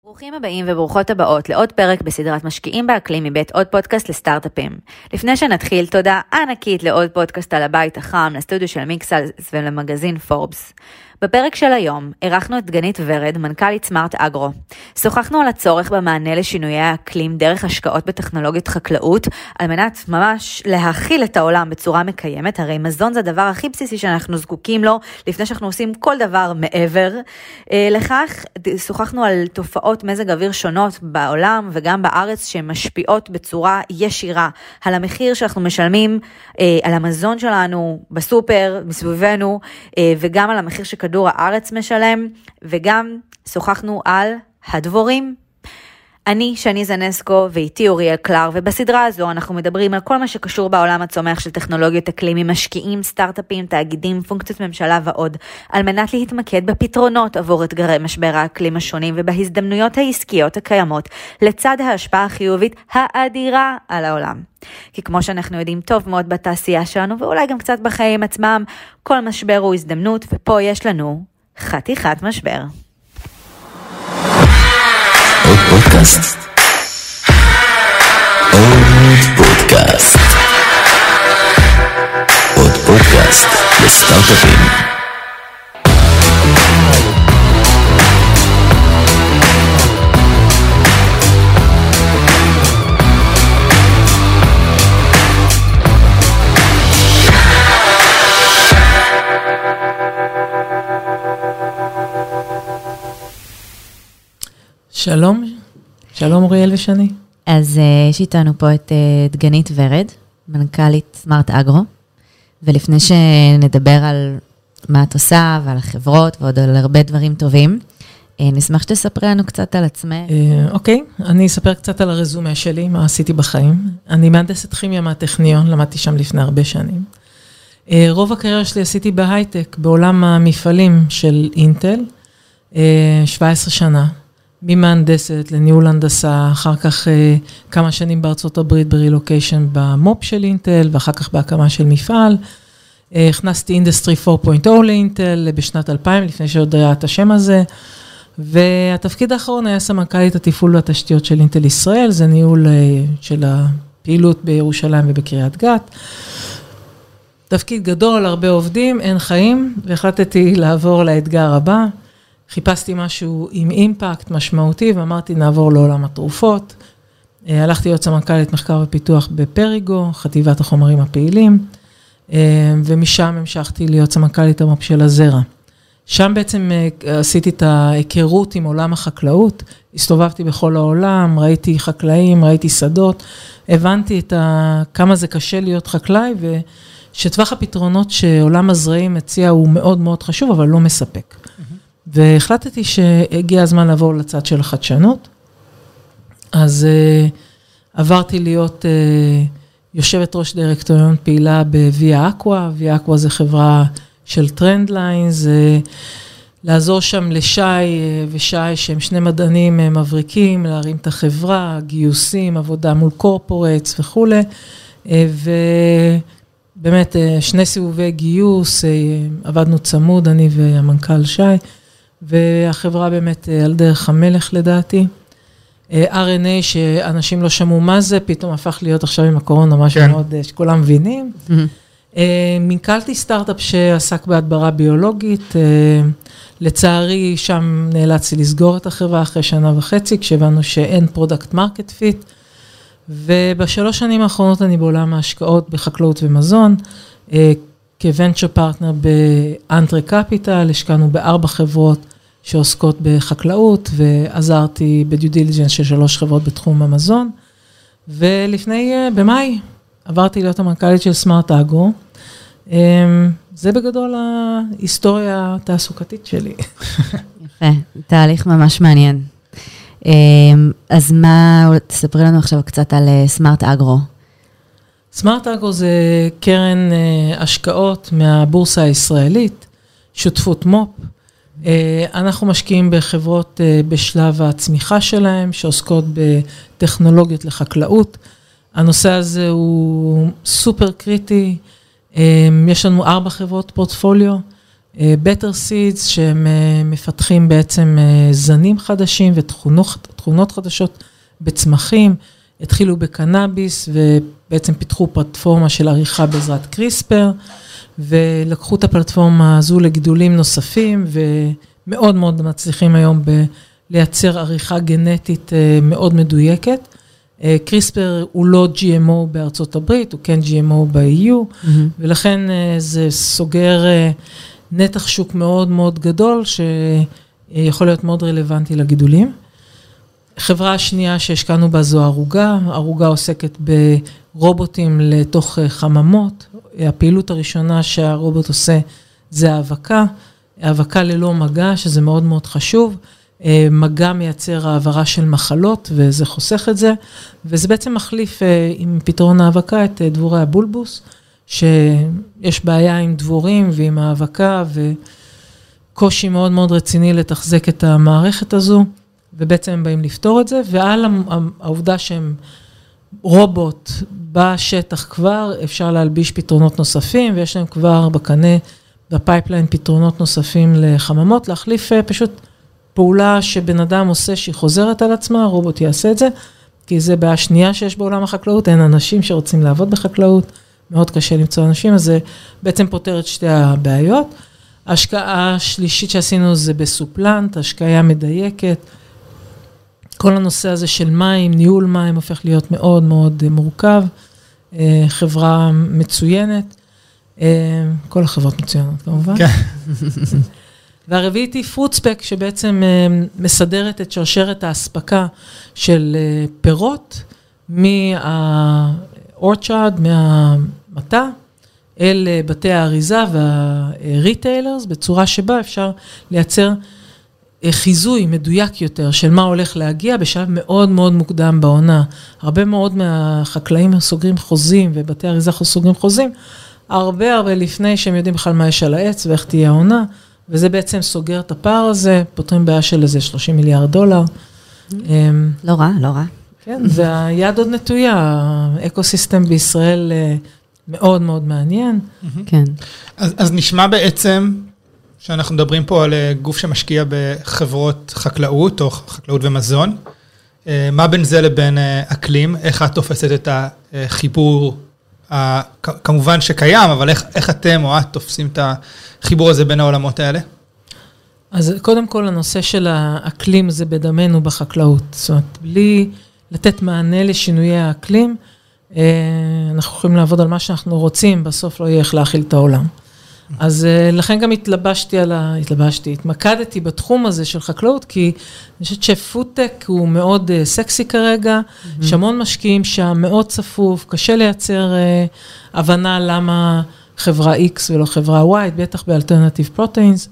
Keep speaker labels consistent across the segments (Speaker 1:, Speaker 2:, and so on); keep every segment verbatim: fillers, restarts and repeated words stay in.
Speaker 1: ברוכים הבאים וברוכות הבאות לעוד פרק בסדרת משקיעים באקלים מבית עוד פודקאסט לסטארט-אפים. לפני שנתחיל, תודה ענקית לעוד פודקאסט על הבית החם, לסטודיו של מיקסלס ולמגזין פורבס. בפרק של היום ערכנו את דגנית ורד, מנכ"לית סמארט אגרו. שוחחנו על הצורך במענה לשינויי האקלים דרך השקעות בטכנולוגיות חקלאות, על מנת ממש להכיל את העולם בצורה מקיימת. הרי מזון זה הדבר הכי בסיסי שאנחנו זקוקים לו, לפני שאנחנו עושים כל דבר מעבר. לכך שוחחנו על תופעות מזג אוויר שונות בעולם וגם בארץ שמשפיעות בצורה ישירה על המחיר שאנחנו משלמים, על המזון שלנו בסופר, מסביבנו, וגם על המחיר שכדור כדור הארץ משלם, וגם שוחחנו על הדבורים. אני שני זנסקו ואיתי אוריאל קלר, ובסדרה הזו אנחנו מדברים על כל מה שקשור בעולם הצומח של טכנולוגיות אקלים, עם משקיעים, סטארט-אפים, תאגידים, פונקציות ממשלה ועוד, על מנת להתמקד בפתרונות עבור אתגרי משבר האקלים השונים ובהזדמנויות העסקיות הקיימות, לצד ההשפעה החיובית האדירה על העולם. כי כמו שאנחנו יודעים טוב מאוד בתעשייה שלנו, ואולי גם קצת בחיים עצמם, כל משבר הוא הזדמנות, ופה יש לנו חתיכת משבר.
Speaker 2: עוד פודקאסט. עוד פודקאסט. עוד פודקאסט לסטארט-אפים.
Speaker 3: שלום, שלום אוריאל ושני.
Speaker 1: אז uh, יש איתנו פה את uh, דגנית ורד, מנכ"לית סמארט אגרו, ולפני שנדבר על מה את עושה ועל החברות ועוד על הרבה דברים טובים, uh, נשמח שתספרי לנו קצת על עצמך.
Speaker 3: Uh, אוקיי, אני אספר קצת על הרזומה שלי, מה עשיתי בחיים. אני מהנדסת כימיה מהטכניון, למדתי שם לפני הרבה שנים. Uh, רוב הקריירה שלי עשיתי בהייטק, בעולם המפעלים של אינטל, uh, שבע עשרה שנה. ממהנדסת לניהול הנדסה, אחר כך אה, כמה שנים בארצות הברית ברילוקיישן במופ של אינטל, ואחר כך בהקמה של מפעל. אה, הכנסתי אינדסטרי פור נקודה אפס לאינטל בשנת אלפיים, לפני שעוד היה את השם הזה, והתפקיד האחרון היה סמנכ"לית התפעול והתשתיות של אינטל ישראל, זה ניהול אה, של הפעילות בירושלים ובקריית גת. תפקיד גדול, הרבה עובדים, אין חיים, והחלטתי לעבור לאתגר הבא. חיפשתי משהו עם אימפקט משמעותי, ואמרתי, נעבור לעולם התרופות. הלכתי להיות סמנכ"לית מחקר ופיתוח בפריגו, חטיבת החומרים הפעילים, ומשם המשכתי להיות סמנכ"לית המופ של הזרע. שם בעצם עשיתי את ההיכרות עם עולם החקלאות, הסתובבתי בכל העולם, ראיתי חקלאים, ראיתי שדות, הבנתי את ה... כמה זה קשה להיות חקלאי, ושטווח הפתרונות שעולם הזרעים מציע הוא מאוד מאוד חשוב, אבל לא מספק. והחלטתי שהגיע הזמן לעבור לצד של החדשנות, אז uh, עברתי להיות uh, יושבת ראש דירקטוריון פעילה בוויה אקווה, וויה אקווה זה חברה של טרנד ליינס, uh, לעזור שם לשי uh, ושי שהם שני מדענים uh, מבריקים, להרים את החברה, גיוסים, עבודה מול קורפורטס וכו', uh, ובאמת uh, שני סיבובי גיוס, uh, עבדנו צמוד, אני והמנכ"ל שי, והחברה באמת על דרך המלך לדעתי. אר אן איי שאנשים לא שמעו מה זה, פתאום הפך להיות עכשיו עם הקורונה, משהו כן. מאוד שכולם מבינים. Mm-hmm. מנכ"לתי סטארט-אפ שעסק בהדברה ביולוגית, לצערי שם נאלצתי לסגור את החברה אחרי שנה וחצי, כשהבנו שאין פרודקט מרקט פיט, ובשלוש שנים האחרונות אני בעולם ההשקעות בחקלאות ומזון, כוונצ'ר פרטנר באנטרי קפיטל, השקענו בארבע חברות שעוסקות בחקלאות, ועזרתי בדיו דיליג'נס של שלוש חברות בתחום המזון, ולפני, במאי, עברתי להיות המנכ"לית של סמארט אגרו. זה בגדול ההיסטוריה התעסוקתית שלי.
Speaker 1: יפה, תהליך ממש מעניין. אז מה, תספרי לנו עכשיו קצת על סמארט אגרו.
Speaker 3: סמארט אגרו זה קרן השקעות מהבורסה הישראלית, שותפות מופ. אנחנו משקיעים בחברות בשלב הצמיחה שלהם, שעוסקות בטכנולוגיות לחקלאות. הנושא הזה הוא סופר קריטי. יש לנו ארבע חברות פורטפוליו, Better Seeds, שהם מפתחים בעצם זנים חדשים ותכונות חדשות בצמחים, התחילו בקנאביס ובעצם פיתחו פלטפורמה של עריכה בעזרת קריספר, ולקחו את הפלטפורמה הזו לגידולים נוספים, ומאוד מאוד מצליחים היום לייצר עריכה גנטית מאוד מדויקת. קריספר הוא לא ג'י אם או בארצות הברית, הוא כן ג'י אם או ב-אי יו, mm-hmm. ולכן זה סוגר נתח שוק מאוד מאוד גדול, שיכול להיות מאוד רלוונטי לגידולים. חברה השנייה שהשקענו בה זו ארוגה, ארוגה עוסקת ברובוטים לתוך חממות, הפעילות הראשונה שהרובוט עושה זה האבקה, האבקה ללא מגע, שזה מאוד מאוד חשוב, מגע מייצר העברה של מחלות, וזה חוסך את זה, וזה בעצם מחליף עם פתרון האבקה את דבורי הבולבוס, שיש בעיה עם דבורים ועם האבקה, וקושי מאוד מאוד רציני לתחזק את המערכת הזו, ובעצם הם באים לפתור את זה, ועל העובדה שהם רובוט בשטח כבר, אפשר להלביש פתרונות נוספים, ויש להם כבר בקנה, בפייפליין פתרונות נוספים לחממות, להחליף פשוט פעולה שבן אדם עושה שהיא חוזרת על עצמה, הרובוט יעשה את זה, כי זה בעיה שנייה שיש בעולם החקלאות, אין אנשים שרוצים לעבוד בחקלאות, מאוד קשה למצוא אנשים, אז זה בעצם פותר את שתי הבעיות. ההשקעה השלישית שעשינו זה בסופלנט, השקעה מדייקת, כל הנושא הזה של מים, ניהול מים, הופך להיות מאוד מאוד מורכב, חברה מצוינת, כל החברות מצוינות כמובן.
Speaker 4: כן.
Speaker 3: והרביעית היא פרוטספק, שבעצם מסדרת את שרשרת ההספקה של פירות, מהאורצ'ארד, מהמטע, אל בתי האריזה והריטיילרס, בצורה שבה אפשר לייצר חיזוי מדויק יותר של מה הולך להגיע בשלב מאוד מאוד מוקדם בעונה. הרבה מאוד מהחקלאים סוגרים חוזים, ובתי האריזה סוגרים חוזים, הרבה הרבה לפני שהם יודעים בכלל מה יש על העץ ואיך תהיה העונה, וזה בעצם סוגר את הפער הזה, פותרים בעיה של איזה שלושים מיליארד דולר.
Speaker 1: לא רע, לא רע.
Speaker 3: כן, והיד עוד נטויה, האקוסיסטם בישראל מאוד מאוד מעניין.
Speaker 1: כן.
Speaker 4: אז, אז נשמע בעצם שאנחנו מדברים פה על גוף שמשקיע בחברות חקלאות או חקלאות ומזון. מה בין זה לבין אקלים? איך את תופסת את החיבור, כמובן שקיים, אבל איך, איך אתם או את תופסים את החיבור הזה בין העולמות האלה?
Speaker 3: אז קודם כל, הנושא של האקלים זה בדמנו בחקלאות. זאת אומרת, בלי לתת מענה לשינויי האקלים, אנחנו יכולים לעבוד על מה שאנחנו רוצים, בסוף לא יהיה איך להכיל את העולם. אז לכן גם התלבשתי על ה... התלבשתי, התמקדתי בתחום הזה של חקלאות, כי אני חושבת שפודטק הוא מאוד סקסי כרגע, יש המון משקיעים שם, מאוד צפוף, קשה לייצר הבנה למה חברה X ולא חברה Y, בטח באלטרנטיב פרוטאינס,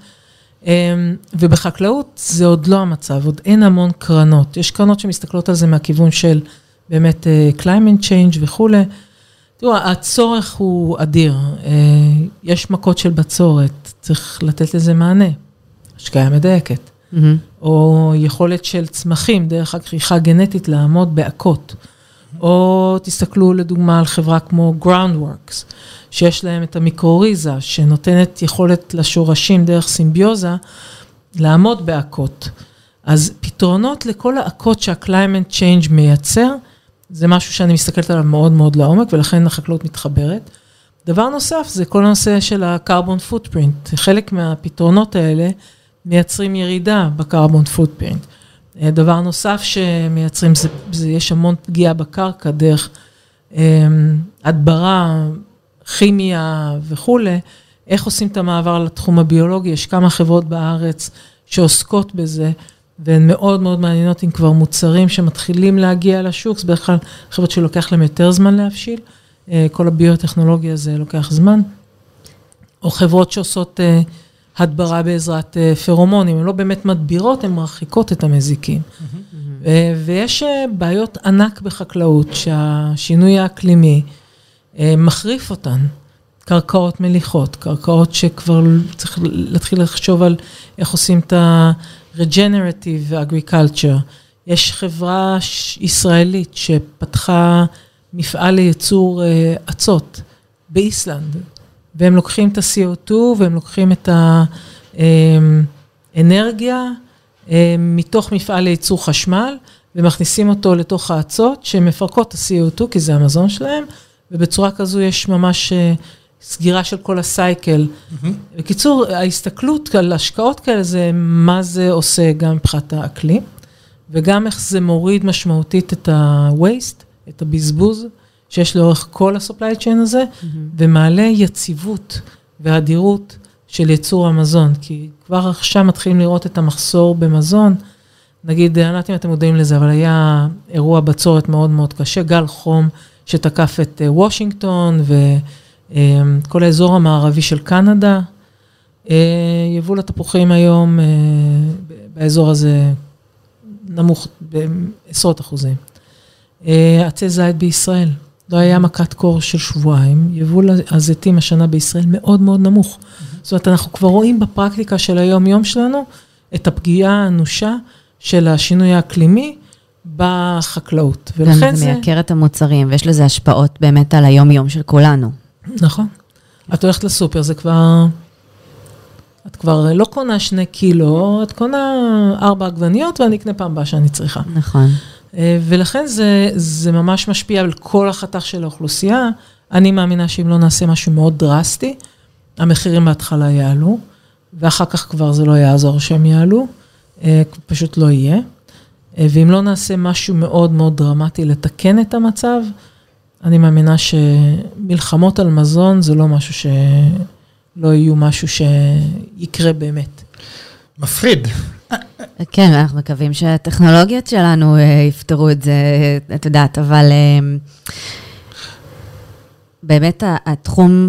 Speaker 3: ובחקלאות זה עוד לא המצב, עוד אין המון קרנות. יש קרנות שמסתכלות על זה מהכיוון של באמת climate change וכו'. תראו, הצורך הוא אדיר. יש מכות של בצורת, צריך לתת לזה מענה. השקעה מדייקת. Mm-hmm. או יכולת של צמחים, דרך הכריכה גנטית לעמוד בעקות. Mm-hmm. או תסתכלו לדוגמה על חברה כמו Groundworks, שיש להם את המיקרוריזה, שנותנת יכולת לשורשים דרך סימביוזה, לעמוד בעקות. אז פתרונות לכל העקות שה-climate change מייצר, זה משהו שאני מסתכלת עליו מאוד מאוד לעומק, ולכן החקלאות מתחברת. דבר נוסף, זה כל הנושא של ה-carbon footprint. חלק מהפתרונות האלה מייצרים ירידה ב-carbon footprint. דבר נוסף שמייצרים, זה, זה יש המון פגיעה בקרקע, דרך הדברה, כימיה וכו'. איך עושים את המעבר לתחום הביולוגי? יש כמה חברות בארץ שעוסקות בזה, והן מאוד מאוד מעניינות עם כבר מוצרים שמתחילים להגיע לשוק, זה בכלל חברות שלוקח להם יותר זמן להבשיל, כל הביוטכנולוגיה הזה לוקח זמן, או חברות שעושות הדברה בעזרת פרומונים, הן לא באמת מדבירות, הן מרחיקות את המזיקים. ויש בעיות ענק בחקלאות, שהשינוי האקלימי מחריף אותן, קרקעות מליחות, קרקעות שכבר צריך להתחיל לחשוב על איך עושים את ה... Regenerative Agriculture. יש חברה ישראלית שפתחה מפעל לייצור עצות באיסלנד, והם לוקחים את ה-סי או טו, והם לוקחים את האנרגיה, מתוך מפעל לייצור חשמל, ומכניסים אותו לתוך האצות, שמפרקות את ה-סי או טו, כי זה המזון שלהם, ובצורה כזו יש ממש סגירה של כל הסייקל. Mm-hmm. בקיצור, ההסתכלות על השקעות כאלה, זה מה זה עושה גם מבחינת האקלים, וגם איך זה מוריד משמעותית את ה-waste, את הבזבוז, שיש לאורך כל ה-supply chain הזה, mm-hmm. ומעלה יציבות והדירות של ייצור המזון, כי כבר עכשיו מתחילים לראות את המחסור במזון, נגיד, אני לא יודעת אם אתם מודעים לזה, אבל היה אירוע בצורת מאוד מאוד קשה, גל חום שתקף את וושינגטון וכל האזור המערבי של קנדה, יבול התפוחים היום באזור הזה נמוך בעשרות אחוזים. עצי זית בישראל, לא היה מכת קור של שבועיים, יבול הזיתים השנה בישראל מאוד מאוד נמוך. זאת אומרת, אנחנו כבר רואים בפרקטיקה של היום-יום שלנו את הפגיעה האנושה של השינוי האקלימי בחקלאות.
Speaker 1: ולכן זה מייקר את המוצרים, ויש לזה השפעות באמת על היום-יום של כולנו.
Speaker 3: נכון. את הולכת לסופר, זה כבר, את כבר לא קונה שני קילו, את קונה ארבע עגבניות, ואני אקנה פעם הבאה שאני צריכה.
Speaker 1: נכון.
Speaker 3: ולכן זה, זה ממש משפיע על כל החתך של האוכלוסייה. אני מאמינה שאם לא נעשה משהו מאוד דרסטי, המחירים בהתחלה יעלו, ואחר כך כבר זה לא יעזור שהם יעלו, פשוט לא יהיה. ואם לא נעשה משהו מאוד מאוד דרמטי לתקן את המצב, אני מאמינה שמלחמות על מזון זה לא משהו שלא יהיו משהו שיקרה באמת.
Speaker 4: מפחיד.
Speaker 1: כן, אנחנו מקווים שהטכנולוגיות שלנו יפתרו את זה, את יודעת, אבל באמת התחום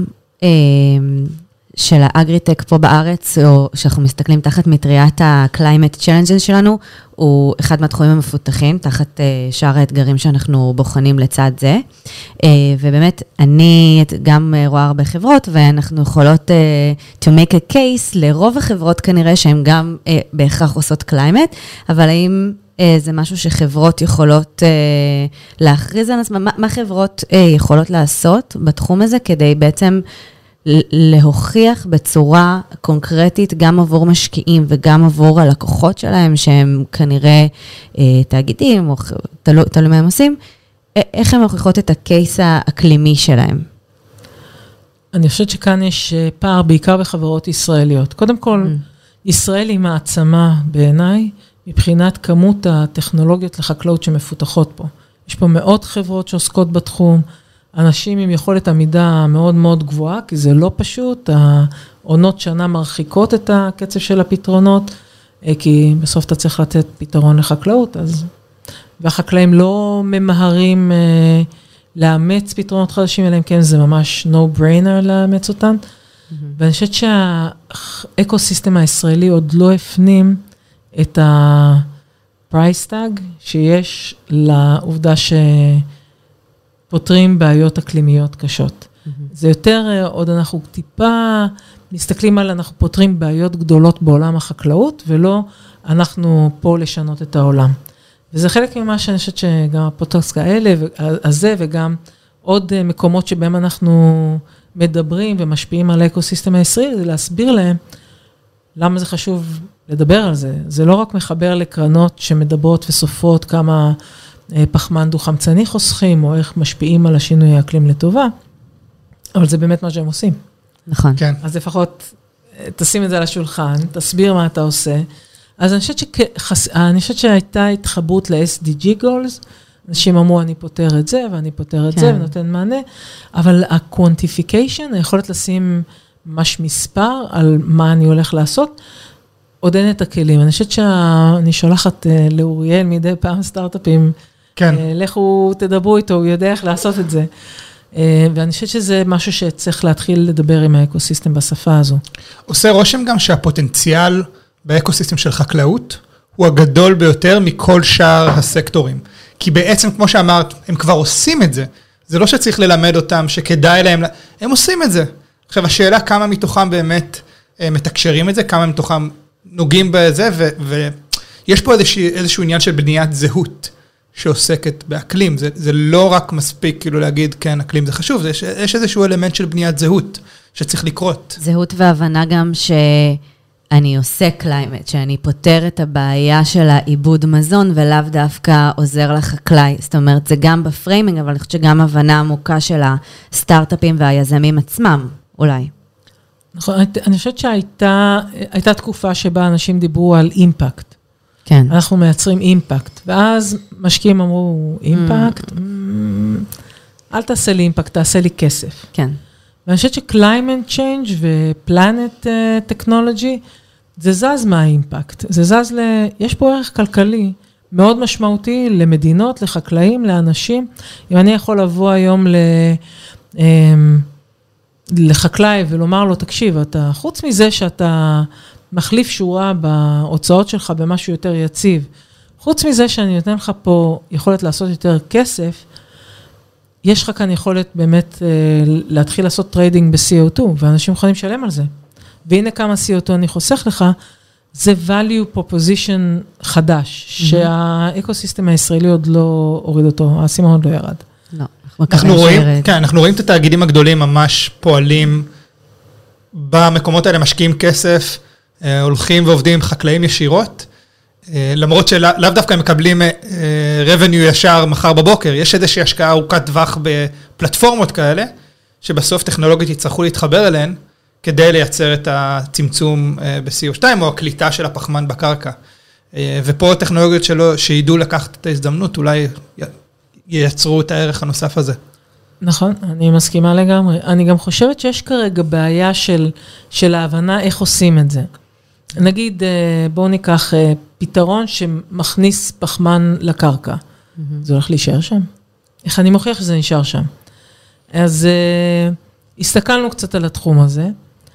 Speaker 1: של האגריטק פה בארץ, או שאנחנו מסתכלים תחת מטריית ה-climate challenges שלנו, הוא אחד מהתחומים המפותחים, תחת שאר האתגרים שאנחנו בוחנים לצד זה. ובאמת, אני גם רואה הרבה חברות, ואנחנו יכולות to make a case לרוב החברות כנראה, שהן גם בהכרח עושות climate, אבל האם זה משהו שחברות יכולות להכריז על עצמם? מה חברות יכולות לעשות בתחום הזה, כדי בעצם להוכיח בצורה קונקרטית גם עבור משקיעים וגם עבור הלקוחות שלהם, שהם כנראה אה, תאגידים, או תלו, תלו מה הם עושים, איך הם מוכיחות את הקייס האקלימי שלהם?
Speaker 3: אני חושבת שכאן יש פער בעיקר בחברות ישראליות. קודם כל, mm. ישראל היא מעצמה בעיניי, מבחינת כמות הטכנולוגיות לחקלאות שמפותחות פה. יש פה מאות חברות שעוסקות בתחום, אנשים עם יכולת עמידה מאוד מאוד גבוהה, כי זה לא פשוט, העונות שנה מרחיקות את הקצב של הפתרונות, כי בסוף אתה צריך לתת פתרון לחקלאות, אז, והחקלאים לא ממהרים לאמץ פתרונות חדשים, אלא אם כן זה ממש no brainer לאמץ אותם, mm-hmm. ואני חושבת שהאקוסיסטם הישראלי עוד לא הפנים את ה-price tag שיש לעובדה ש... פותרים בעיות אקלימיות קשות. Mm-hmm. זה יותר, עוד אנחנו טיפה מסתכלים על, אנחנו פותרים בעיות גדולות בעולם החקלאות, ולא אנחנו פה לשנות את העולם. וזה חלק ממה שאני חושבת שגם הפודקאסט כאלה, הזה, וגם עוד מקומות שבהם אנחנו מדברים ומשפיעים על האקוסיסטם הישראלי, זה להסביר להם למה זה חשוב לדבר על זה. זה לא רק מחבר לקרנות שמדברות וסופרות כמה פחמן דו-חמצני חוסכים, או איך משפיעים על השינוי האקלים לטובה, אבל זה באמת מה שהם עושים.
Speaker 1: נכון.
Speaker 4: כן.
Speaker 3: אז לפחות תשים את זה על השולחן, תסביר מה אתה עושה. אז אני חושבת, שכס... אני חושבת שהייתה התחברות ל-אס די ג'י goals, אנשים אמרו, אני פותר את זה, ואני פותר את כן. זה, ונותן מענה, אבל ה-quantification, היכולת לשים ממש מספר על מה אני הולך לעשות, עוד אין את הכלים. אני חושבת שאני שולחת לאוריאל מדי פעם סטארט-אפים, כן. לכו תדברו איתו, הוא יודע איך לעשות את זה. ואני חושבת שזה משהו שצריך להתחיל לדבר עם האקוסיסטם בשפה הזו.
Speaker 4: עושה רושם גם שהפוטנציאל באקוסיסטם של חקלאות הוא הגדול ביותר מכל שאר הסקטורים. כי בעצם, כמו שאמרת, הם כבר עושים את זה. זה לא שצריך ללמד אותם, שכדאי להם, הם עושים את זה. עכשיו, השאלה כמה מתוכם באמת מתקשרים את זה, כמה מתוכם נוגעים בזה, ויש פה איזשהו, איזשהו עניין של בניית זהות. שעוסקת באקלים, זה, זה לא רק מספיק כאילו להגיד, כן, אקלים זה חשוב, זה, יש, יש איזשהו אלמנט של בניית זהות, שצריך לקרות.
Speaker 1: זהות והבנה גם שאני עושה קליימט, שאני פותר את הבעיה של העיבוד מזון, ולאו דווקא עוזר לחקלאי. זאת אומרת, זה גם בפריימינג, אבל אני חושבת שגם הבנה עמוקה של הסטארט-אפים והיזמים עצמם, אולי.
Speaker 3: נכון, אני חושבת שהייתה הייתה תקופה שבה אנשים דיברו על אימפקט.
Speaker 1: כן.
Speaker 3: אנחנו מייצרים אימפקט, ואז משקיעים אמרו, אימפקט? אל תעשה לי אימפקט, תעשה לי כסף.
Speaker 1: כן.
Speaker 3: ואני חושבת ש-climate change ו-planet technology, זה זז מהאימפקט. זה זז ל... יש פה ערך כלכלי מאוד משמעותי למדינות, לחקלאים, לאנשים. אם אני יכול לבוא היום ל... לחקלאי ולומר לו, תקשיב, אתה, חוץ מזה שאתה מחליף שורה בהוצאות שלך במשהו יותר יציב, חוץ מזה שאני נותן לך פה יכולת לעשות יותר כסף, יש לך כאן יכולת באמת אה, להתחיל לעשות טריידינג ב-סי או טו, ואנשים יכולים לשלם על זה. והנה כמה סי או טו אני חוסך לך, זה value proposition חדש, mm-hmm. שהאקוסיסטם הישראלי עוד לא הוריד אותו, האסימון עוד לא ירד.
Speaker 1: לא.
Speaker 4: אנחנו רואים, כן, אנחנו רואים את התאגידים הגדולים ממש פועלים במקומות האלה, משקיעים כסף, הולכים ועובדים חקלאים ישירות, למרות שלאו דווקא הם מקבלים revenue ישר מחר בבוקר, יש איזושהי השקעה ארוכת טווח בפלטפורמות כאלה, שבסוף טכנולוגית יצטרכו להתחבר אליהן, כדי לייצר את הצמצום ב-סי או טו או הקליטה של הפחמן בקרקע. ופה טכנולוגיות שלו, שידעו לקחת את ההזדמנות, אולי ייצרו את הערך הנוסף הזה.
Speaker 3: נכון, אני מסכימה לגמרי. אני גם חושבת שיש כרגע בעיה של, של ההבנה איך עושים את זה. נגיד, בואו ניקח פתרון שמכניס פחמן לקרקע. Mm-hmm. זה הולך להישאר שם? איך אני מוכיח שזה נשאר שם? אז הסתכלנו קצת על התחום הזה,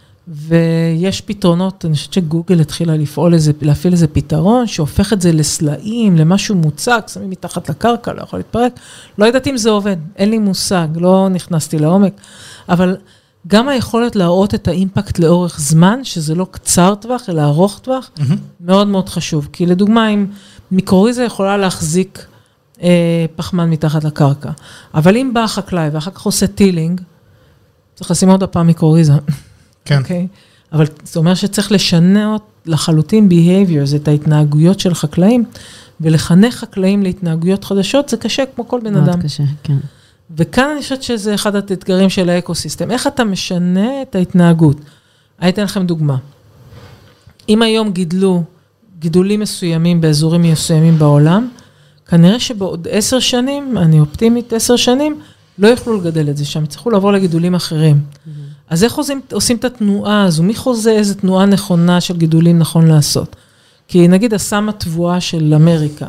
Speaker 3: ויש פתרונות, אני חושבת שגוגל התחילה לפעול איזה, להפעיל איזה פתרון, שהופך את זה לסלעים, למשהו מוצק, שמים מתחת לקרקע, לא יכול להתפרק. לא ידעתי אם זה עובד, אין לי מושג, לא נכנסתי לעומק, אבל גם היכולת להראות את האימפקט לאורך זמן, שזה לא קצר טווח, אלא ארוך טווח, mm-hmm. מאוד מאוד חשוב. כי לדוגמה, אם מיקרוריזה יכולה להחזיק אה, פחמן מתחת לקרקע, אבל אם בא החקלאי ואחר כך עושה טילינג, צריך לשים עוד הפעם מיקרוריזה.
Speaker 4: כן.
Speaker 3: Okay. אבל זאת אומרת שצריך לשנות לחלוטין behaviors, את ההתנהגויות של חקלאים, ולחנך חקלאים להתנהגויות חדשות, זה קשה כמו כל בן אדם.
Speaker 1: מאוד קשה, כן.
Speaker 3: וכאן אני חושבת שזה אחד האתגרים של האקוסיסטם. איך אתה משנה את ההתנהגות? הייתי לכם דוגמה. אם היום גידלו גידולים מסוימים באזורים מסוימים בעולם, כנראה שבעוד עשר שנים, אני אופטימית עשר שנים, לא יוכלו לגדל את זה שם, צריכו לעבור לגידולים אחרים. אז איך עושים, עושים את התנועה הזו? מי חוזה איזו תנועה נכונה של גידולים נכון לעשות? כי נגיד הסם התבואה של אמריקה,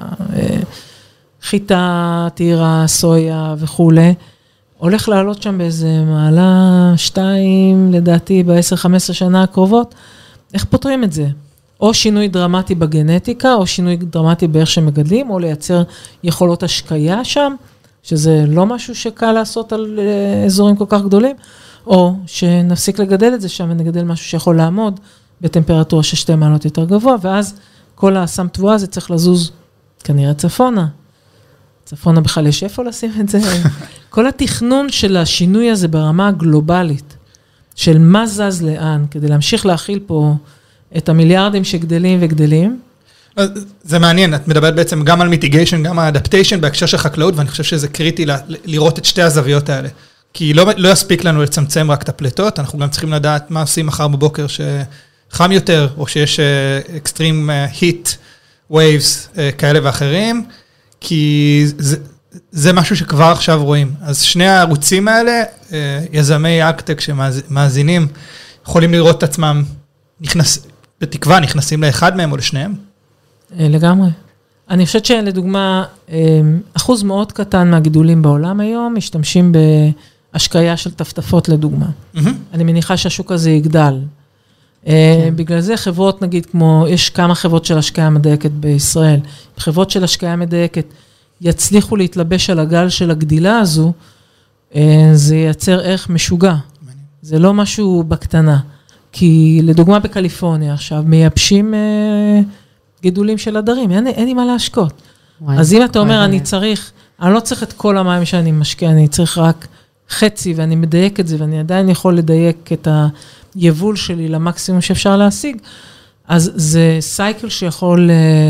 Speaker 3: חיטה, תירה, סויה וכו', הולך לעלות שם באיזה מעלה שתיים, לדעתי, ב-עשר חמש עשרה שנה הקרובות. איך פותרים את זה? או שינוי דרמטי בגנטיקה, או שינוי דרמטי באיך שמגדלים, או לייצר יכולות השקיה שם, שזה לא משהו שקל לעשות על אזורים כל כך גדולים, או שנפסיק לגדל את זה שם, ונגדל משהו שיכול לעמוד בטמפרטורה של שתי מעלות יותר גבוה, ואז כל הסם תבואה הזה צריך לזוז כנראה צפונה. צפונה בכלל יש איפה לשים את זה. כל התכנון של השינוי הזה ברמה הגלובלית, של מה זז לאן, כדי להמשיך להכיל פה את המיליארדים שגדלים וגדלים.
Speaker 4: זה מעניין, את מדברת בעצם גם על מיטיגיישן, גם על אדפטיישן בהקשר של חקלאות, ואני חושב שזה קריטי לראות את שתי הזוויות האלה. כי לא, לא יספיק לנו לצמצם רק את הפלטות, אנחנו גם צריכים לדעת מה עושים מחר בבוקר שחם יותר, או שיש אקסטרים היט ווייבס כאלה ואחרים, כי זה, זה משהו שכבר עכשיו רואים. אז שני הערוצים האלה, יזמי אקטק שמאזינים, יכולים לראות את עצמם, נכנס, בתקווה נכנסים לאחד מהם או לשניהם.
Speaker 3: לגמרי. אני חושבת שלדוגמה, אחוז מאוד קטן מהגידולים בעולם היום, משתמשים בהשקיה של טפטפות לדוגמה. Mm-hmm. אני מניחה שהשוק הזה יגדל. כן. בגלל זה חברות, נגיד, כמו, יש כמה חברות של השקיה מדייקת בישראל, חברות של השקיה מדייקת יצליחו להתלבש על הגל של הגדילה הזו, זה ייצר ערך משוגע. זה לא משהו בקטנה. כי לדוגמה בקליפורניה עכשיו, מייבשים גידולים של עדרים, אין, אין לי מה להשקות. וואי, אז אם אתה אומר, אני צריך, אני לא צריך את כל המים שאני משקיע, אני צריך רק חצי, ואני מדייק את זה, ואני עדיין יכול לדייק את היבול שלי למקסימום שאפשר להשיג, אז זה סייקל שיכול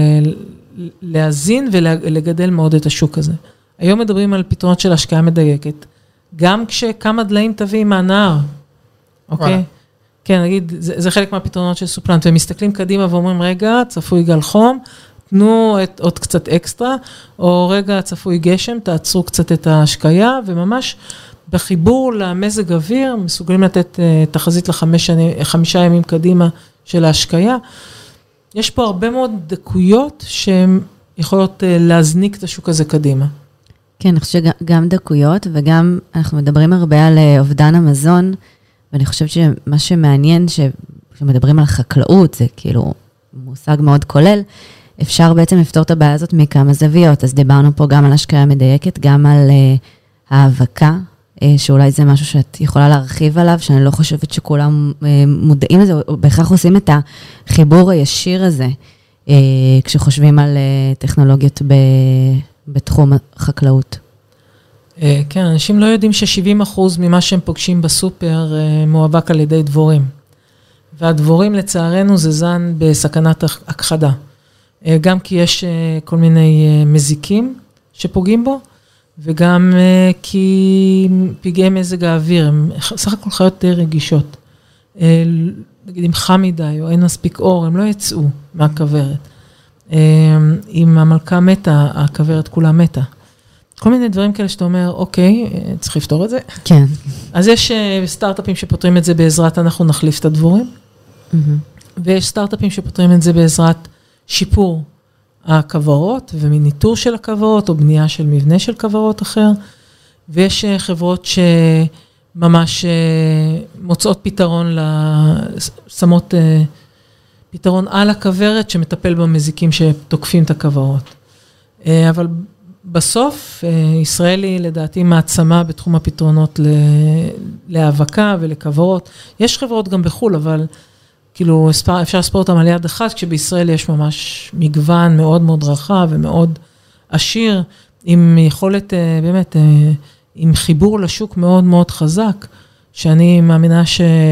Speaker 3: להזין ולגדל מאוד את השוק הזה. היום מדברים על פתרונות של השקעה מדייקת, גם כשכמה דליים תביא מהנהר, אוקיי? כן, נגיד, זה, זה חלק מהפתרונות של סופלנט, והם מסתכלים קדימה ואומרים, רגע, צפוי גל חום, תנו את, עוד קצת אקסטרה, או רגע, צפוי גשם, תעצרו קצת את ההשקיה, וממש בחיבור למזג אוויר, מסוגלים לתת uh, תחזית לחמישה ימים קדימה של ההשקיה. יש פה הרבה מאוד דקויות שהן יכולות uh, להזניק את השוק הזה קדימה.
Speaker 1: כן, אני חושבת שגם דקויות, וגם אנחנו מדברים הרבה על אובדן המזון, ואני חושבת שמה שמעניין, כשמדברים על חקלאות, זה כאילו מושג מאוד כולל, אפשר בעצם לפתור את הבעיה הזאת מכמה זוויות. אז דיברנו פה גם על השקעה מדייקת, גם על uh, האבקה, uh, שאולי זה משהו שאת יכולה להרחיב עליו, שאני לא חושבת שכולם uh, מודעים לזה, או בהכרח עושים את החיבור הישיר הזה, uh, כשחושבים על uh, טכנולוגיות ב... בתחום החקלאות.
Speaker 3: כן, אנשים לא יודעים ש-שבעים אחוז ממה שהם פוגשים בסופר מואבק על ידי דבורים. והדבורים לצערנו זה זן בסכנת הכחדה. גם כי יש כל מיני מזיקים שפוגעים בו, וגם כי פגעי מזג האוויר, הם סך הכל חיות די רגישות. נגיד אם חם מדי או אין מספיק אור, הם לא יצאו מהכוורת. אם המלכה מתה, הכוורת כולה מתה. כל מיני דברים כאלה שאתה אומר, אוקיי, צריך לפתור את זה.
Speaker 1: כן.
Speaker 3: אז יש סטארט-אפים שפותרים את זה בעזרת, אנחנו נחליף את הדבורים, ויש סטארט-אפים שפותרים את זה בעזרת שיפור הכוורות, ומניטור של הכוורות, או בנייה של מבנה של כוורות אחר, ויש חברות שממש מוצאות פתרון, שמות פתרון על הכוורת, שמטפל במזיקים שתוקפים את הכוורות. אבל בסוף, ישראל היא לדעתי מעצמה בתחום הפתרונות להאבקה ולכוורות. יש חברות גם בחול, אבל כאילו אפשר לספור אותם על יד אחת, כשבישראל יש ממש מגוון מאוד מאוד רחב ומאוד עשיר, עם יכולת באמת, עם חיבור לשוק מאוד מאוד חזק, שאני מאמינה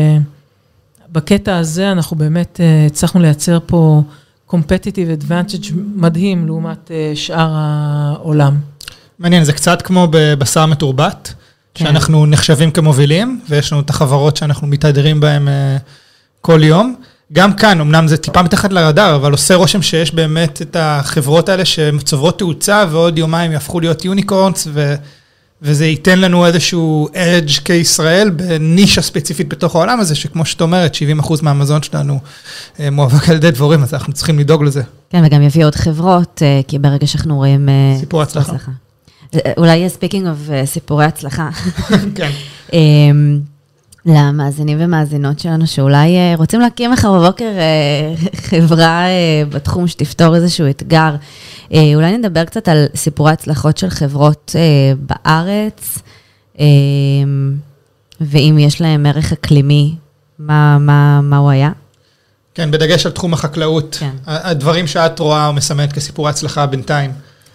Speaker 3: שבקטע הזה אנחנו באמת הצלחנו לייצר פה competitive advantage מדהים לעומת שאר העולם.
Speaker 4: מעניין, זה קצת כמו בבשר מתורבת, כן. שאנחנו נחשבים כמובילים, ויש לנו את החברות שאנחנו מתהדרים בהן כל יום. גם כאן, אמנם זה טיפה מתחת לרדאר, אבל עושה רושם שיש באמת את החברות האלה שצוברות תאוצה, ועוד יומיים יהפכו להיות יוניקורנס, ו... וזה ייתן לנו איזשהו אדג' כישראל, בנישה ספציפית בתוך העולם הזה, שכמו שאת אומרת, שבעים אחוז מהמזון שלנו מואבק על ידי דבורים, אז אנחנו צריכים לדאוג לזה.
Speaker 1: כן, וגם יביא עוד חברות, כי ברגע שאנחנו רואים...
Speaker 4: סיפור הצלחה.
Speaker 1: אולי speaking of סיפורי הצלחה.
Speaker 4: כן.
Speaker 1: למאזינים ומאזינות שלנו, שאולי רוצים להקים לך בבוקר חברה בתחום שתפתור איזשהו אתגר. אולי נדבר קצת על סיפורי הצלחות של חברות בארץ, ואם יש להם ערך אקלימי, מה, מה, מה הוא היה?
Speaker 4: כן, בדגש על תחום החקלאות, כן. הדברים שאת רואה או מסמנת כסיפורי הצלחה בינתיים.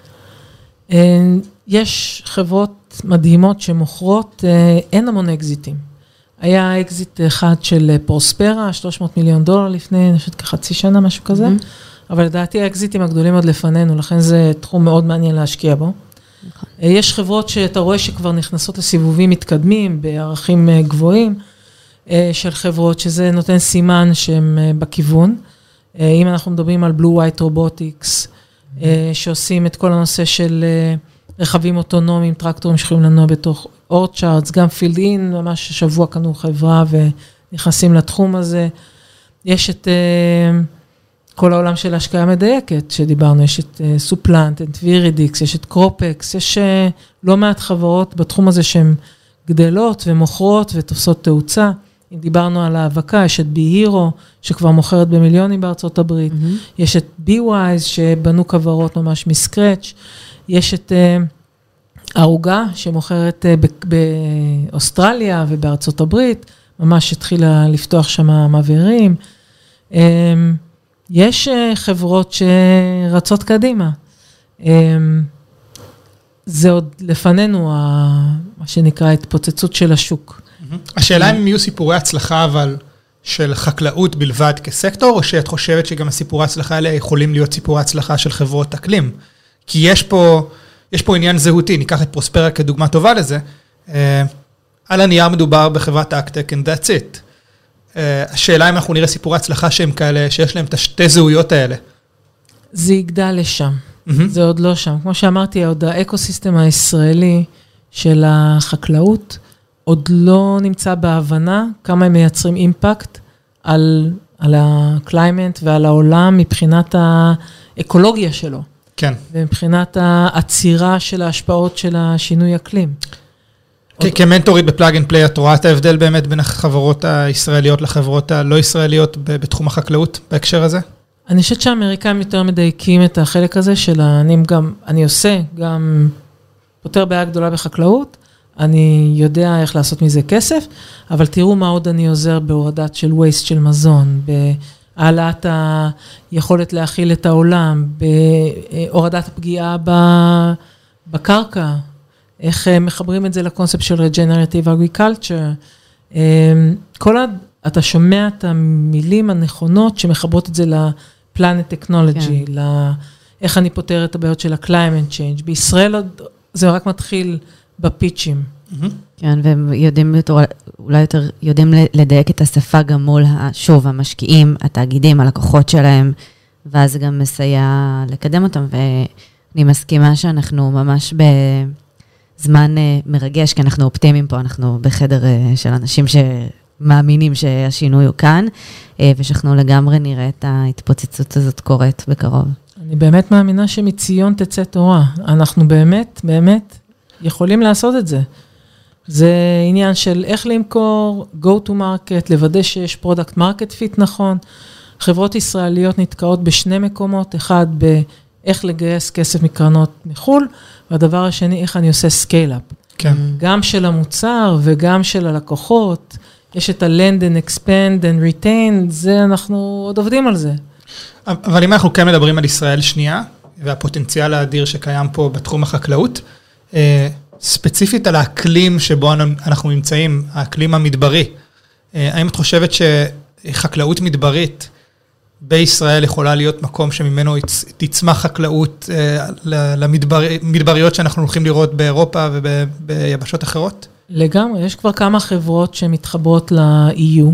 Speaker 3: יש חברות מדהימות שמוכרות, אין המון אקזיטים. היה אקזיט אחד של פרוספרה, שלוש מאות מיליון דולר לפני, אני חושבת כחצי שנה, משהו כזה. Mm-hmm. אבל לדעתי האקזיטים הגדולים עוד לפנינו, לכן זה תחום מאוד מעניין להשקיע בו. נכון. יש חברות שאתה רואה שכבר נכנסות לסיבובים מתקדמים, בערכים גבוהים, של חברות שזה נותן סימן שהם בכיוון. אם אנחנו מדברים על Blue White Robotics, mm-hmm. שעושים את כל הנושא של רכבים אוטונומיים, טרקטורים שיכולים לנוע בתוך אורצ'ארדס, גם פילד אין, ממש שבוע קנו חברה ונכנסים לתחום הזה. יש את uh, כל העולם של ההשקעה מדייקת שדיברנו, יש את uh, סופלנט, את וירידיקס, יש את קרופקס, יש uh, לא מעט חברות בתחום הזה שהן גדלות ומוכרות ותופסות תאוצה. אם דיברנו על האבקה, יש את בי-הירו, שכבר מוכרת במיליונים בארצות הברית, mm-hmm. יש את בי-ווייז, שבנו חברות ממש מסקרץ', יש את uh, ארוגה, שמוכרת uh, באוסטרליה ובארצות הברית, ממש התחילה לפתוח שם מעבירים. Um, יש uh, חברות שרצות קדימה. Um, זה עוד לפנינו, ה, מה מה שנקרא התפוצצות של השוק.
Speaker 4: השאלה אם יהיו סיפורי הצלחה, אבל של חקלאות בלבד כסקטור, או שאת חושבת שגם הסיפורי הצלחה האלה יכולים להיות סיפורי הצלחה של חברות אקלים? כי יש פה, יש פה עניין זהותי, ניקח את פרוספרה כדוגמה טובה לזה. על הנייר מדובר בחברת אקטק, and that's it. השאלה אם אנחנו נראה סיפורי הצלחה שהם כאלה, שיש להם את השתי זהויות האלה.
Speaker 3: זה יגדל לשם. זה עוד לא שם. כמו שאמרתי, עוד האקוסיסטם הישראלי של החקלאות, עוד לא נמצא בהבנה כמה הם מייצרים אימפקט על, על הקליימנט ועל העולם מבחינת האקולוגיה שלו.
Speaker 4: כן.
Speaker 3: ומבחינת העצירה של ההשפעות של השינוי אקלים.
Speaker 4: כמנטורית בפלאג אנד פליי, את רואה את ההבדל באמת בין החברות הישראליות לחברות הלא ישראליות בתחום החקלאות בהקשר הזה?
Speaker 3: אני חושבת שהאמריקאים יותר מדייקים את החלק הזה של אני גם, אני עושה גם פותר בעיה גדולה בחקלאות, אני יודע איך לעשות מזה כסף, אבל תראו מה עוד אני עוזר בהורדת של waste של מזון, בהעלאת היכולת להכיל את העולם, בהורדת הפגיעה בקרקע, איך מחברים את זה לקונספט של regenerative agriculture. כל עד, אתה שומע את המילים הנכונות שמחברות את זה לפלנט טכנולוגי, איך אני פותר את הבעיות של ה-climate change. בישראל זה רק מתחיל בפיצ'ים.
Speaker 1: כן, והם יודעים, אולי יותר יודעים לדייק את השפה גם מול, שוב, המשקיעים, התאגידים, הלקוחות שלהם, ואז זה גם מסייע לקדם אותם, ואני מסכימה שאנחנו ממש בזמן מרגש, כי אנחנו אופטימיים פה, אנחנו בחדר של אנשים שמאמינים שהשינוי הוא כאן, ושאנחנו לגמרי נראה את ההתפוצצות הזאת קורית בקרוב.
Speaker 3: אני באמת מאמינה שמציון תצא תורה. אנחנו באמת, באמת יכולים לעשות את זה. זה עניין של איך למכור, go to market, לוודא שיש product market fit נכון. חברות ישראליות נתקעות בשני מקומות, אחד באיך לגייס כסף מקרנות מחול, והדבר השני, איך אני עושה scale-up.
Speaker 4: כן.
Speaker 3: גם של המוצר וגם של הלקוחות, יש את ה-land and expand and retain, זה אנחנו עוד עובדים על זה.
Speaker 4: אבל אם אנחנו כן מדברים על ישראל שנייה, והפוטנציאל האדיר שקיים פה בתחום החקלאות, ספציפית על האקלים שבו אנחנו נמצאים, האקלים המדברי, האם את חושבת שחקלאות מדברית בישראל יכולה להיות מקום שממנו תצמח חקלאות למדבריות שאנחנו הולכים לראות באירופה וביבשות אחרות?
Speaker 3: לגמרי, יש כבר כמה חברות שמתחברות ל-אי יו,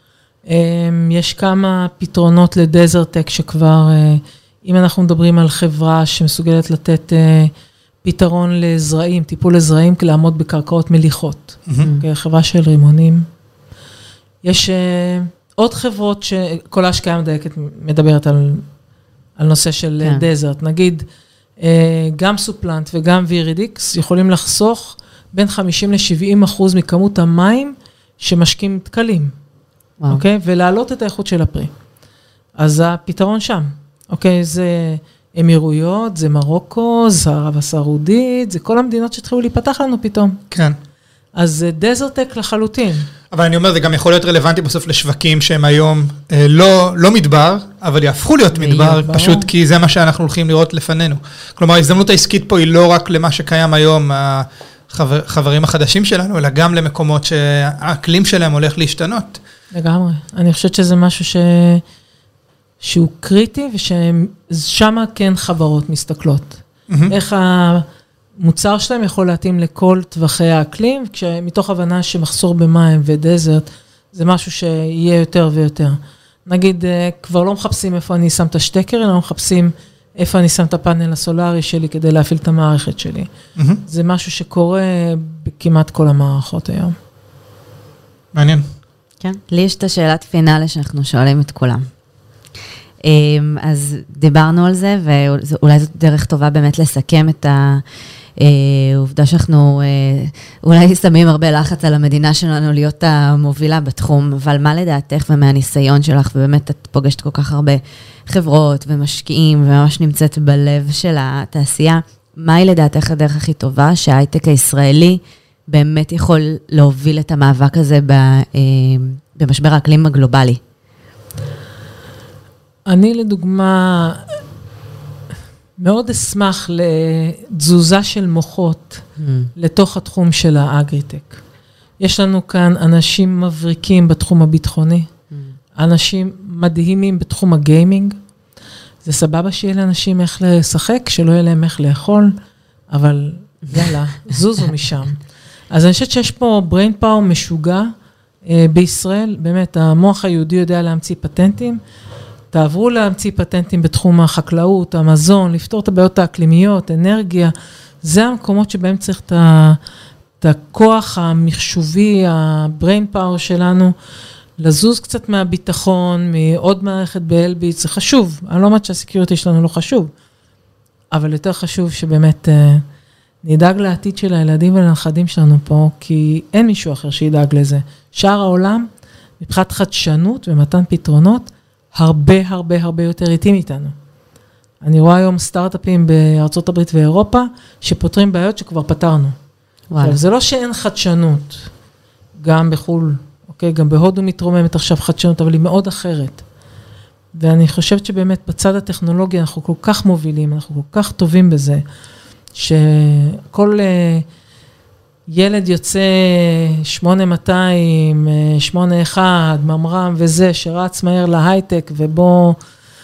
Speaker 3: יש כמה פתרונות לדזרטק שכבר, אם אנחנו מדברים על חברה שמסוגלת לתת פתרון לזרעים, טיפול לזרעים, לעמוד בקרקעות מליחות, חברה של רימונים. יש עוד חברות שכל ההשקעה המדייקת מדברת על, על נושא של דזרט, נגיד גם סופלנט וגם וירידיקס יכולים לחסוך בין חמישים ל-שבעים אחוז מכמות המים שמשקים תקלים. אוקיי? ולהעלות את האיכות של הפרי. אז הפתרון שם. אוקיי? זה אמירויות, זה מרוקו, זה ערב הסעודית, זה כל המדינות שהתחילו להיפתח לנו פתאום.
Speaker 4: כן.
Speaker 3: אז זה דזרטק לחלוטין.
Speaker 4: אבל אני אומר, זה גם יכול להיות רלוונטי בסוף לשווקים שהם היום אה, לא, לא מדבר, אבל יהפכו להיות מדבר, פשוט ברור. כי זה מה שאנחנו הולכים לראות לפנינו. כלומר, ההזדמנות העסקית פה היא לא רק למה שקיים היום, החבר, חברים החדשים שלנו, אלא גם למקומות שהאקלים שלהם הולך להשתנות.
Speaker 3: לגמרי. אני חושבת שזה משהו ש... שהוא קריטי, וששם כן חברות מסתכלות. Mm-hmm. איך המוצר שלהם יכול להתאים לכל טווחי האקלים, כשמתוך הבנה שמחסור במים ודזרט, זה משהו שיהיה יותר ויותר. נגיד, כבר לא מחפשים איפה אני שם את השטקר, אלא מחפשים איפה אני שם את הפאנל הסולרי שלי, כדי להפעיל את המערכת שלי. Mm-hmm. זה משהו שקורה בכמעט כל המערכות היום.
Speaker 4: מעניין.
Speaker 1: כן, לי יש את השאלת פינאלה שאנחנו שואלים את כולם. אז דיברנו על זה, ואולי זאת דרך טובה באמת לסכם את העובדה שאנחנו אולי שמים הרבה לחץ על המדינה שלנו להיות המובילה בתחום, אבל מה לדעתך ומהניסיון שלך, ובאמת את פוגשת כל כך הרבה חברות ומשקיעים, וממש נמצאת בלב של התעשייה, מהי לדעתך הדרך הכי טובה שההייטק הישראלי באמת יכול להוביל את המאבק הזה במשבר האקלים הגלובלי?
Speaker 3: אני לדוגמה, מאוד אשמח לתזוזה של מוחות
Speaker 1: Mm.
Speaker 3: לתוך התחום של האגריטק. יש לנו כאן אנשים מבריקים בתחום הביטחוני,
Speaker 1: Mm.
Speaker 3: אנשים מדהימים בתחום הגיימינג. זה סבבה שיהיה לאנשים איך לשחק, שלא יהיה להם איך לאכול, אבל יאללה, זוזו משם. אז אני חושבת שיש פה brain power משוגע אה, בישראל, באמת, המוח היהודי יודע להמציא פטנטים, תעברו להמציא פטנטים בתחום החקלאות, המזון, לפתור את הבעיות האקלימיות, אנרגיה, זה המקומות שבהם צריך את, ה, את הכוח המחשובי, ה-brain power שלנו, לזוז קצת מהביטחון, מעוד מערכת באלביט, זה חשוב, אני לא אומרת שהסקיוריטי שלנו לא חשוב, אבל יותר חשוב שבאמת אה, נדאג לעתיד של הילדים ולנכדים שלנו פה, כי אין מישהו אחר שידאג לזה. שאר העולם, מבחינת חדשנות ומתן פתרונות, הרבה הרבה הרבה יותר איטים איתנו. אני רואה היום סטארט-אפים בארצות הברית ואירופה, שפותרים בעיות שכבר פתרנו. עכשיו, זה לא שאין חדשנות, גם בחול, אוקיי, גם בהודו מתרוממת עכשיו חדשנות, אבל היא מאוד אחרת. ואני חושבת שבאמת בצד הטכנולוגיה אנחנו כל כך מובילים, אנחנו כל כך טובים בזה, שכל ילד יוצא שמונה מאתיים, שמונה אחד, ממר"ם וזה, שרץ מהר להייטק, ובוא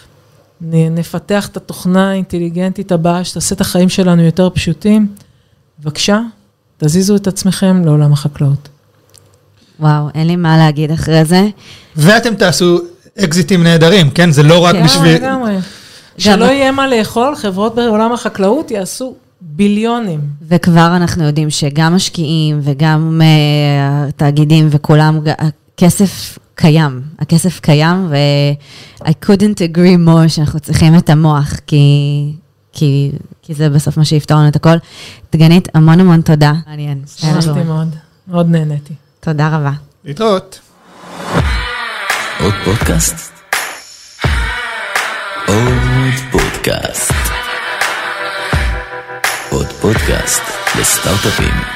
Speaker 3: נפתח את התוכנה האינטליגנטית הבאה, שתעשה את החיים שלנו יותר פשוטים. בבקשה, תזיזו את עצמכם לעולם החקלאות.
Speaker 1: וואו, אין לי מה להגיד אחרי זה.
Speaker 4: ואתם תעשו אקזיטים נהדרים, כן? זה לא רק
Speaker 3: כן,
Speaker 4: בשביל...
Speaker 3: לגמרי. שלא יהיה מה לאכול, חברות בעולם החקלאות יעשו ביליונים.
Speaker 1: וכבר אנחנו יודעים שגם משקיעים וגם uh, תאגידים וכולם, הכסף קיים, הכסף קיים, ו- I couldn't agree more שאנחנו צריכים את המוח, כי, כי, כי זה בסוף מה שיפתור לנו את הכל. דגנית, המון המון תודה. מעניין.
Speaker 3: שמחתי מאוד, מאוד נהניתי.
Speaker 1: תודה רבה.
Speaker 4: להתראות.
Speaker 2: עוד פודקאסט? עוד פודקאסט. עוד פודקאסט לסטארט-אפים.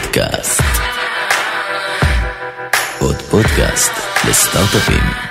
Speaker 2: פודקאסט. עוד פודקאסט לסטארט-אפים.